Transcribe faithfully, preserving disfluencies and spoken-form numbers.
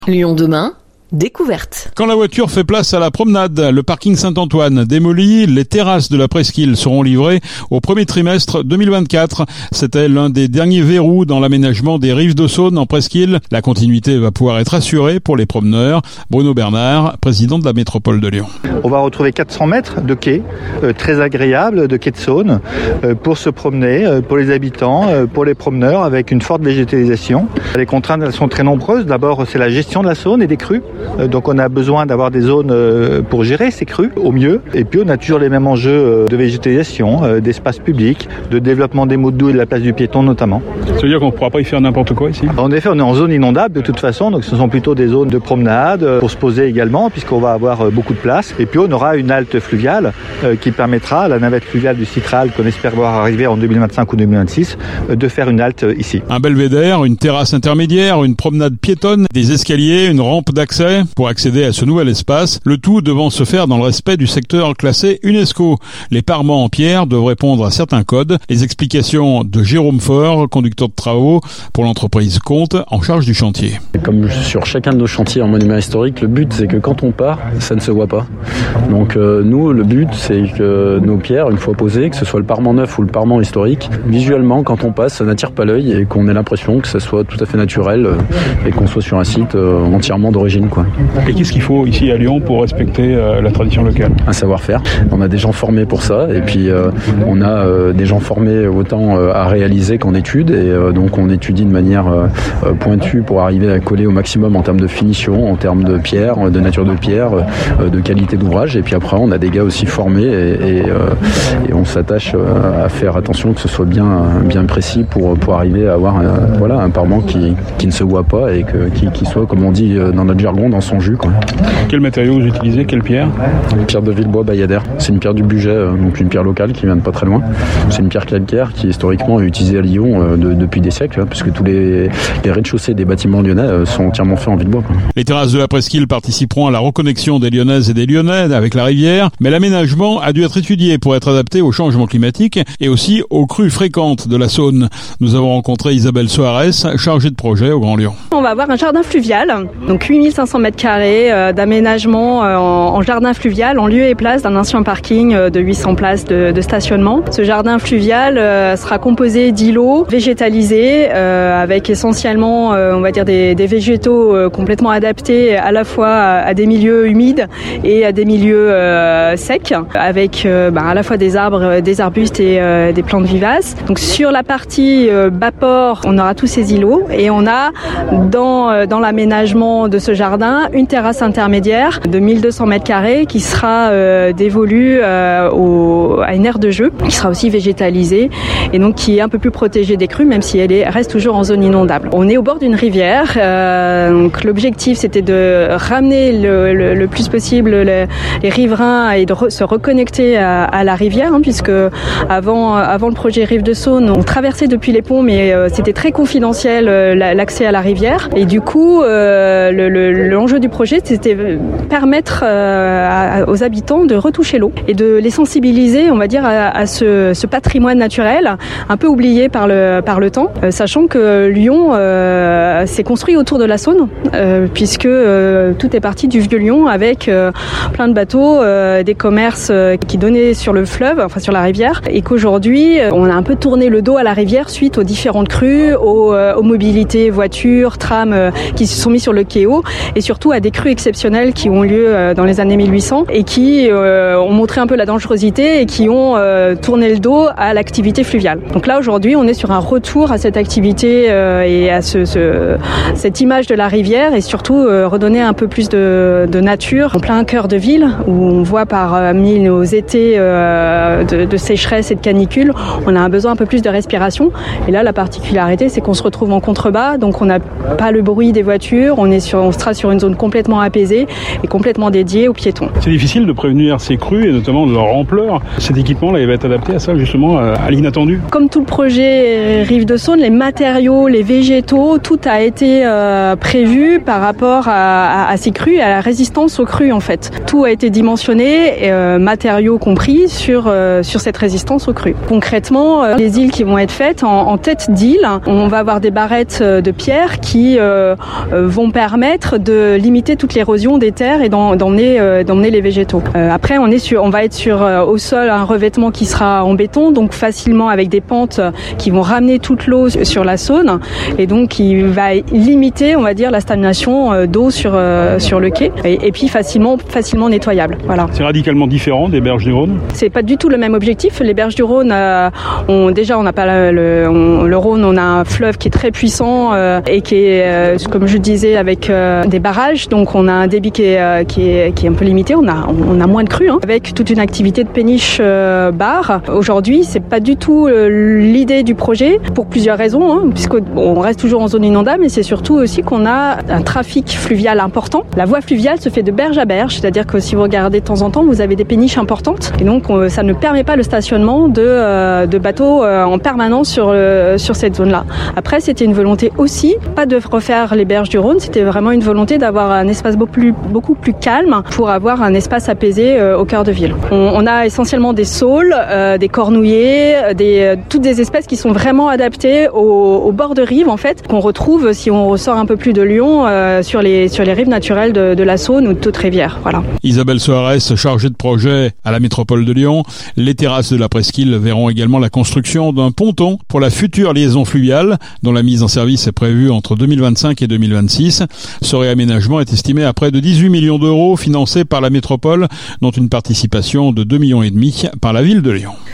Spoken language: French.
Lyon demain, découverte. Quand la voiture fait place à la promenade, le parking Saint-Antoine démoli, les terrasses de la presqu'île seront livrées au premier trimestre deux mille vingt-quatre. C'était l'un des derniers verrous dans l'aménagement des rives de Saône en presqu'île. La continuité va pouvoir être assurée pour les promeneurs. Bruno Bernard, président de la métropole de Lyon. On va retrouver quatre cents mètres de quais euh, très agréables, de quais de Saône, euh, pour se promener, euh, pour les habitants, euh, pour les promeneurs, avec une forte végétalisation. Les contraintes elles sont très nombreuses. D'abord, c'est la gestion de la Saône et des crues. Donc on a besoin d'avoir des zones pour gérer ces crues au mieux. Et puis on a toujours les mêmes enjeux de végétalisation, d'espace public, de développement des mots de doux et de la place du piéton notamment. Ça veut dire qu'on ne pourra pas y faire n'importe quoi ici ? En effet, on est en zone inondable de toute façon, donc ce sont plutôt des zones de promenade pour se poser également, puisqu'on va avoir beaucoup de place. Et puis on aura une halte fluviale qui permettra à la navette fluviale du Citral, qu'on espère voir arriver en deux mille vingt-cinq ou deux mille vingt-six, de faire une halte ici. Un belvédère, une terrasse intermédiaire, une promenade piétonne, des escaliers, une rampe d'accès pour accéder à ce nouvel espace, le tout devant se faire dans le respect du secteur classé UNESCO. Les parements en pierre doivent répondre à certains codes. Les explications de Jérôme Faure, conducteur de travaux pour l'entreprise Comte, en charge du chantier. Comme sur chacun de nos chantiers en monument historique, le but c'est que quand on part, ça ne se voit pas. Donc euh, nous, le but c'est que nos pierres, une fois posées, que ce soit le parement neuf ou le parement historique, visuellement quand on passe, ça n'attire pas l'œil et qu'on ait l'impression que ça soit tout à fait naturel euh, et qu'on soit sur un site euh, entièrement d'origine, quoi. Et qu'est-ce qu'il faut ici à Lyon pour respecter euh, la tradition locale ? Un savoir-faire. On a des gens formés pour ça et puis euh, on a euh, des gens formés autant euh, à réaliser qu'en études et euh, donc on étudie de manière euh, pointue pour arriver à coller au maximum en termes de finition, en termes de pierre, de nature de pierre, euh, de qualité d'ouvrage et puis après on a des gars aussi formés et, et, euh, et on s'attache à faire attention que ce soit bien, bien précis pour, pour arriver à avoir un, voilà, un parement qui, qui ne se voit pas et que, qui, qui soit, comme on dit dans notre jargon, dans son jus, quoi. Quel matériau vous utilisez ? Quelle pierre ? Une pierre de Villebois Bayadère. C'est une pierre du budget, donc une pierre locale qui vient de pas très loin. C'est une pierre calcaire qui historiquement est utilisée à Lyon euh, de, depuis des siècles, hein, puisque tous les, les rez-de-chaussée des bâtiments lyonnais euh, sont entièrement faits en Villebois, quoi. Les terrasses de la presqu'île participeront à la reconnexion des Lyonnaises et des Lyonnais avec la rivière, mais l'aménagement a dû être étudié pour être adapté au changement climatique et aussi aux crues fréquentes de la Saône. Nous avons rencontré Isabelle Soares, chargée de projet au Grand Lyon. On va avoir un jardin fluvial, donc huit mille cinq cents mètres carrés euh, d'aménagement euh, en, en jardin fluvial, en lieu et place d'un ancien parking euh, de huit cents places de, de stationnement. Ce jardin fluvial euh, sera composé d'îlots végétalisés euh, avec essentiellement, euh, on va dire, des, des végétaux euh, complètement adaptés à la fois à, à des milieux humides et à des milieux euh, secs, avec euh, bah, à la fois des arbres, des arbustes et euh, des plantes vivaces. Donc sur la partie euh, bas port, on aura tous ces îlots et on a dans, euh, dans l'aménagement de ce jardin une terrasse intermédiaire de mille deux cents mètres carrés qui sera euh, dévolue euh, au, à une aire de jeu, qui sera aussi végétalisée et donc qui est un peu plus protégée des crues, même si elle est, reste toujours en zone inondable. On est au bord d'une rivière, euh, donc l'objectif c'était de ramener le, le, le plus possible le, les riverains et de re, se reconnecter à, à la rivière, hein, puisque avant, avant le projet Rive de Saône, on traversait depuis les ponts, mais euh, c'était très confidentiel euh, l'accès à la rivière et du coup euh, le, le, l'enjeu du projet c'était permettre euh, aux habitants de retoucher l'eau et de les sensibiliser, on va dire, à, à ce, ce patrimoine naturel un peu oublié par le, par le temps, euh, sachant que Lyon euh, s'est construit autour de la Saône, euh, puisque euh, tout est parti du vieux Lyon avec euh, plein de bateaux, euh, des commerces euh, qui donnaient sur le fleuve, enfin sur la rivière, et qu'aujourd'hui on a un peu tourné le dos à la rivière suite aux différentes crues, aux, euh, aux mobilités voitures, trams euh, qui se sont mis sur le quai haut et surtout à des crues exceptionnelles qui ont lieu euh, dans les années mille huit cents et qui euh, ont montré un peu la dangerosité et qui ont euh, tourné le dos à l'activité fluviale. Donc là aujourd'hui on est sur un retour à cette activité euh, et à ce, ce, cette image de la rivière et surtout euh, redonner un peu plus de, de nature en plein cœur de ville où on voit parmi nos étés euh, de, de sécheresse et de canicule, on a un besoin un peu plus de respiration et là la particularité c'est qu'on se retrouve en contrebas, donc on n'a pas le bruit des voitures, on, est sur, on sera sur sur une zone complètement apaisée et complètement dédiée aux piétons. C'est difficile de prévenir ces crues et notamment de leur ampleur. Cet équipement-là, il va être adapté à ça, justement, à l'inattendu. Comme tout le projet Rive de Saône, les matériaux, les végétaux, tout a été euh, prévu par rapport à, à, à ces crues et à la résistance aux crues, en fait. Tout a été dimensionné, et, euh, matériaux compris, sur, euh, sur cette résistance aux crues. Concrètement, euh, les îles qui vont être faites en, en tête d'île, on va avoir des barrettes de pierre qui euh, euh, vont permettre de limiter toute l'érosion des terres et d'en, d'emmener, euh, d'emmener les végétaux. Euh, après, on, est sur, on va être sur euh, au sol un revêtement qui sera en béton, donc facilement avec des pentes qui vont ramener toute l'eau sur la Saône et donc qui va limiter, on va dire, la stagnation euh, d'eau sur, euh, sur le quai et, et puis facilement, facilement nettoyable. Voilà. C'est radicalement différent des berges du Rhône ? C'est pas du tout le même objectif. Les berges du Rhône, euh, on, déjà, on n'a pas le, le, on, le Rhône, on a un fleuve qui est très puissant euh, et qui est, euh, comme je disais, avec euh, des barrages. Donc, on a un débit qui est, euh, qui est, qui est un peu limité. On a, on a moins de crues, hein, avec toute une activité de péniche euh, bar. Aujourd'hui, c'est pas du tout euh, l'idée du projet pour plusieurs raisons, hein, puisqu'on reste toujours en zone inondable, mais c'est surtout aussi qu'on a un trafic fluvial important. La voie fluviale se fait de berge à berge, c'est-à-dire que si vous regardez de temps en temps, vous avez des péniches importantes, et donc on, ça ne permet pas le stationnement de, euh, de bateaux euh, en permanence sur, euh, sur cette zone-là. Après, c'était une volonté aussi, pas de refaire les berges du Rhône, c'était vraiment une volonté d'avoir un espace beaucoup plus, beaucoup plus calme pour avoir un espace apaisé euh, au cœur de ville. On, on a essentiellement des saules, euh, des cornouillers, des, euh, toutes des espèces qui sont vraiment adaptées au, au bord de rive, en fait, qu'on retrouve si on ressort un peu plus de Lyon euh, sur, les, sur les rives naturelles de, de la Saône ou de toute rivière. Voilà. Isabelle Soares, chargée de projet à la métropole de Lyon. Les terrasses de la presqu'île verront également la construction d'un ponton pour la future liaison fluviale, dont la mise en service est prévue entre deux mille vingt-cinq et deux mille vingt-six. Ce réaménagement est estimé à près de dix-huit millions d'euros financés par la métropole, dont une participation de deux millions et demi par la ville de Lyon.